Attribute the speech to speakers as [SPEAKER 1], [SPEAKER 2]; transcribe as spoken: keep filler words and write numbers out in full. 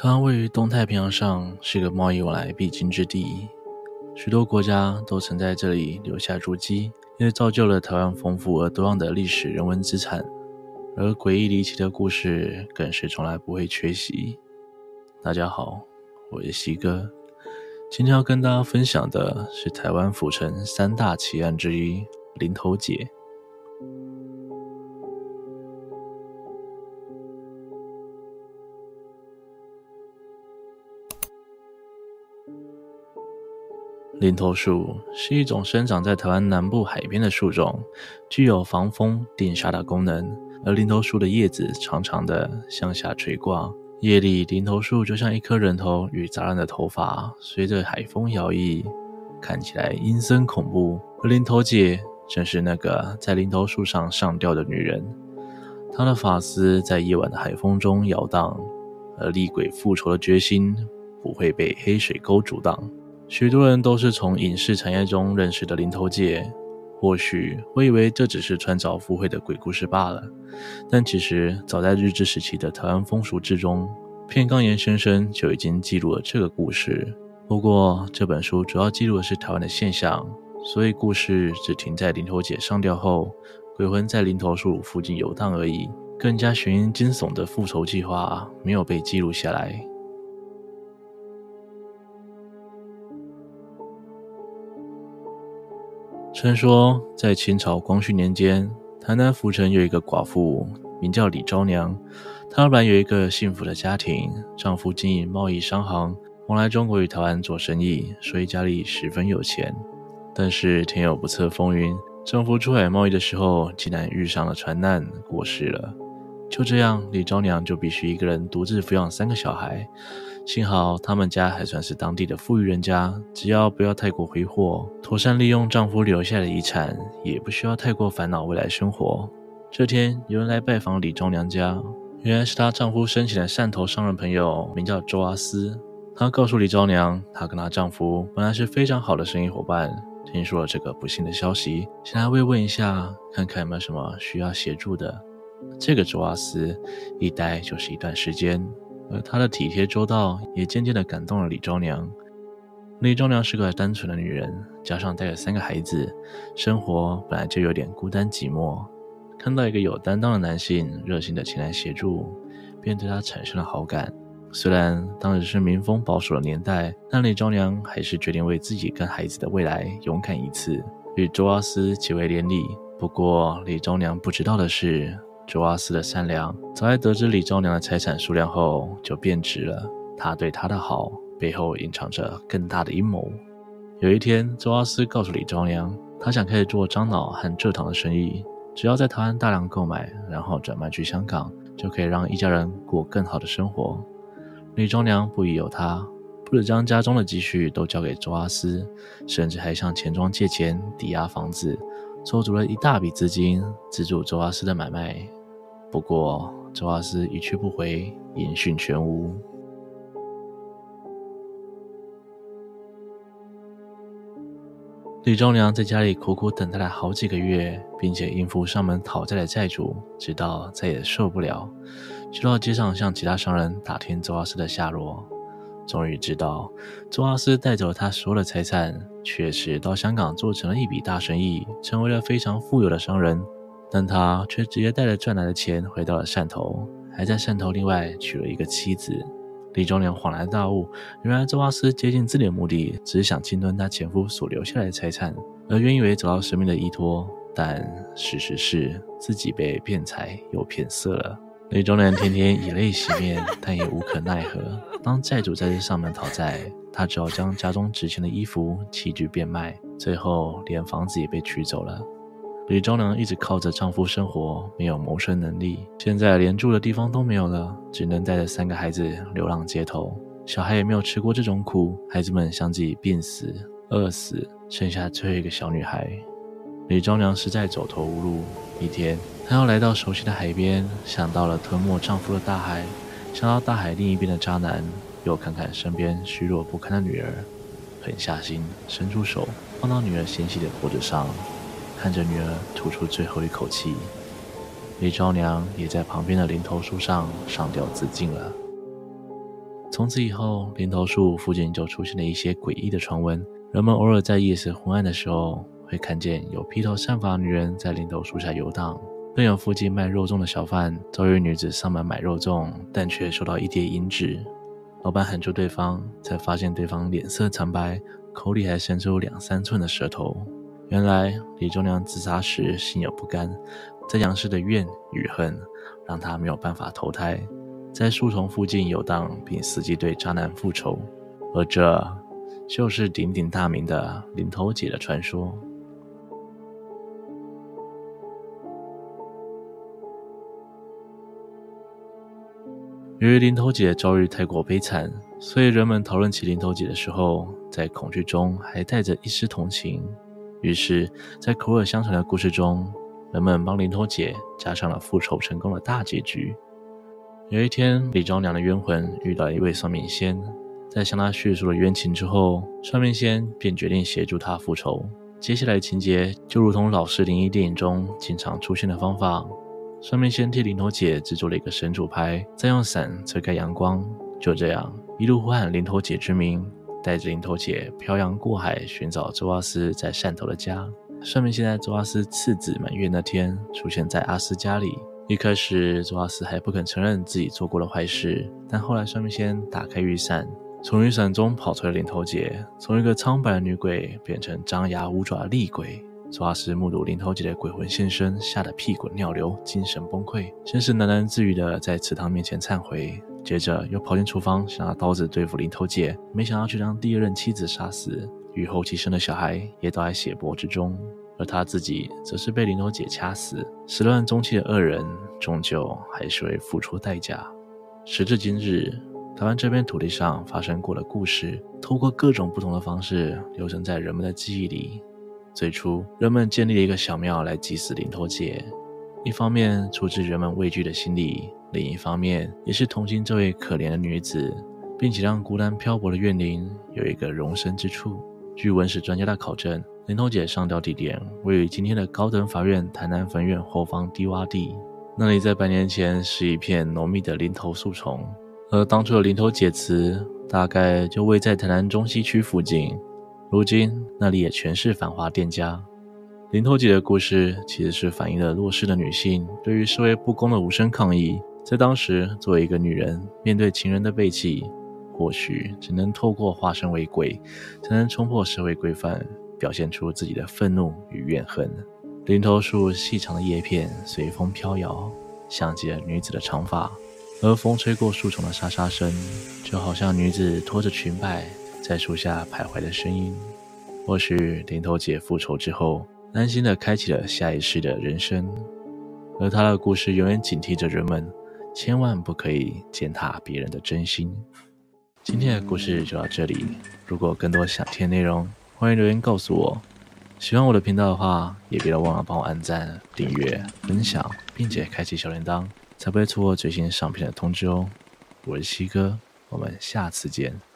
[SPEAKER 1] 台湾位于东太平洋上，是个贸易往来必经之地，许多国家都曾在这里留下足迹，也造就了台湾丰富而多样的历史人文资产，而诡异离奇的故事更是从来不会缺席。大家好，我是西哥，今天要跟大家分享的是台湾府城三大奇案之一林投姐。林投树是一种生长在台湾南部海边的树种，具有防风定沙的功能。而林投树的叶子长长的向下垂挂，夜里林投树就像一颗人头与杂乱的头发随着海风摇曳，看起来阴森恐怖。而林投姐正是那个在林投树上上吊的女人，她的发丝在夜晚的海风中摇荡，而厉鬼复仇的决心不会被黑水沟阻挡。许多人都是从影视产业中认识的林投姐，或许会以为这只是穿凿附会的鬼故事罢了，但其实早在日治时期的台湾风俗志中，片冈岩先生就已经记录了这个故事。不过这本书主要记录的是台湾的现象，所以故事只停在林投姐上吊后鬼魂在林投树附近游荡而已，更加悬疑惊悚的复仇计划没有被记录下来。传说在清朝光绪年间，台南府城有一个寡妇名叫李昭娘，她本来有一个幸福的家庭，丈夫经营贸易商行，往来中国与台湾做生意，所以家里十分有钱。但是天有不测风云，丈夫出海贸易的时候竟然遇上了船难，过世了。就这样，李昭娘就必须一个人独自抚养三个小孩。幸好他们家还算是当地的富裕人家，只要不要太过挥霍，妥善利用丈夫留下的遗产，也不需要太过烦恼未来生活。这天有人来拜访李昭娘家，原来是她丈夫生前的汕头商人朋友，名叫周阿思。她告诉李昭娘，她跟她丈夫本来是非常好的生意伙伴，听说了这个不幸的消息，想来慰问一下，看看有没有什么需要协助的。这个周阿思一待就是一段时间，而她的体贴周到也渐渐地感动了李昭娘。李昭娘是个单纯的女人，加上带了三个孩子，生活本来就有点孤单寂寞，看到一个有担当的男性热心地前来协助，便对他产生了好感。虽然当时是民风保守的年代，但李昭娘还是决定为自己跟孩子的未来勇敢一次，与周阿思结为连理。不过李昭娘不知道的是，周阿思的善良早在得知李昭娘的财产数量后就变质了，他对她的好背后隐藏着更大的阴谋。有一天，周阿思告诉李昭娘，他想开始做樟脑和蔗糖的生意，只要在台湾大量购买，然后转卖去香港，就可以让一家人过更好的生活。李昭娘不疑有他，不止将家中的积蓄都交给周阿思，甚至还向钱庄借钱抵押房子，筹足了一大笔资金资助周阿思的买卖。不过周阿思一去不回，音讯全无。李昭娘在家里苦苦等待了好几个月，并且应付上门讨债的债主，直到再也受不了，就到街上向其他商人打听周阿思的下落。终于知道周阿思带走了他所有的财产，确实到香港做成了一笔大生意，成为了非常富有的商人。但他却直接带着赚来的钱回到了汕头，还在汕头另外娶了一个妻子。李昭娘恍然大悟，原来周阿思接近自己的目的只是想侵吞她前夫所留下来的财产，而原以为找到生命的依托，但事实是自己被骗财又骗色了。李昭娘天天以泪洗面，但也无可奈何。当债主再次上门讨债，她只好将家中值钱的衣服器具变卖，最后连房子也被取走了。李昭娘一直靠着丈夫生活，没有谋生能力，现在连住的地方都没有了，只能带着三个孩子流浪街头。小孩也没有吃过这种苦，孩子们相继病死、饿死，剩下最后一个小女孩。李昭娘实在走投无路，一天她要来到熟悉的海边，想到了吞没丈夫的大海，想到大海另一边的渣男，又看看身边虚弱不堪的女儿，狠下心伸出手放到女儿纤细的脖子上，看着女儿吐出最后一口气，李昭娘也在旁边的林投树上上吊自尽了。 从此以后，林头树附近就出现了一些诡异的传闻，人们偶尔在夜色昏暗的时候，会看见有披头散发的女人在林头树下游荡，更有附近卖肉粽的小贩遭遇女子上门买肉粽，但却收到一叠银纸。老板喊住对方，才发现对方脸色惨白，口里还伸出两三寸的舌头。原来李忠良自杀时心有不甘，在杨氏的怨与恨让他没有办法投胎，在树丛附近游荡，并伺机对渣男复仇。而这就是鼎鼎大名的林头姐的传说。由于林头姐遭遇太过悲惨，所以人们讨论起林头姐的时候，在恐惧中还带着一丝同情。于是在口耳相传的故事中，人们帮林头姐加上了复仇成功的大结局。有一天，李昭娘的冤魂遇到了一位算命仙，在向他叙述了冤情之后，算命仙便决定协助他复仇。接下来的情节就如同老式灵异电影中经常出现的方法，算命仙替林头姐制作了一个神主牌，再用伞遮盖阳光，就这样一路呼喊林头姐之名，带着林头姐漂洋过海寻找周阿斯在汕头的家。算命仙在周阿斯次子满月那天出现在阿斯家里，一开始周阿斯还不肯承认自己做过了坏事，但后来算命仙打开雨伞，从雨伞中跑出了林头姐，从一个苍白的女鬼变成张牙舞爪的厉鬼。周阿斯目睹林头姐的鬼魂现身，吓得屁滚尿流，精神崩溃，先是喃喃自语的在祠堂面前忏悔，接着又跑进厨房想拿刀子对付林头姐，没想到却将第二任妻子杀死，与后期生的小孩也倒在血泊之中，而他自己则是被林头姐掐死。始乱终弃的恶人终究还是会付出代价。时至今日，台湾这片土地上发生过的故事，透过各种不同的方式留存在人们的记忆里。最初，人们建立了一个小庙来祭祀林头姐，一方面出自人们畏惧的心理，另一方面也是同情这位可怜的女子，并且让孤单漂泊的怨灵有一个容身之处。据文史专家的考证，林头姐上吊地点位于今天的高等法院台南分院后方低洼地，那里在百年前是一片浓密的林头树丛，而当初的林头姐祠大概就位在台南中西区附近，如今那里也全是繁华店家。林头姐的故事其实是反映了弱势的女性对于社会不公的无声抗议。在当时，作为一个女人，面对情人的背弃，或许只能透过化身为鬼，才能冲破社会规范，表现出自己的愤怒与怨恨。林头树细长的叶片随风飘摇，像极了女子的长发，而风吹过树丛的沙沙声，就好像女子拖着裙摆在树下徘徊的声音。或许林头姐复仇之后，安心地开启了下一世的人生，而她的故事永远警惕着人们，千万不可以践踏别人的真心。今天的故事就到这里，如果有更多想听的内容，欢迎留言告诉我。喜欢我的频道的话，也别忘了帮我按赞、订阅、分享，并且开启小铃铛，才不会错过最新上片的通知哦。我是西哥，我们下次见。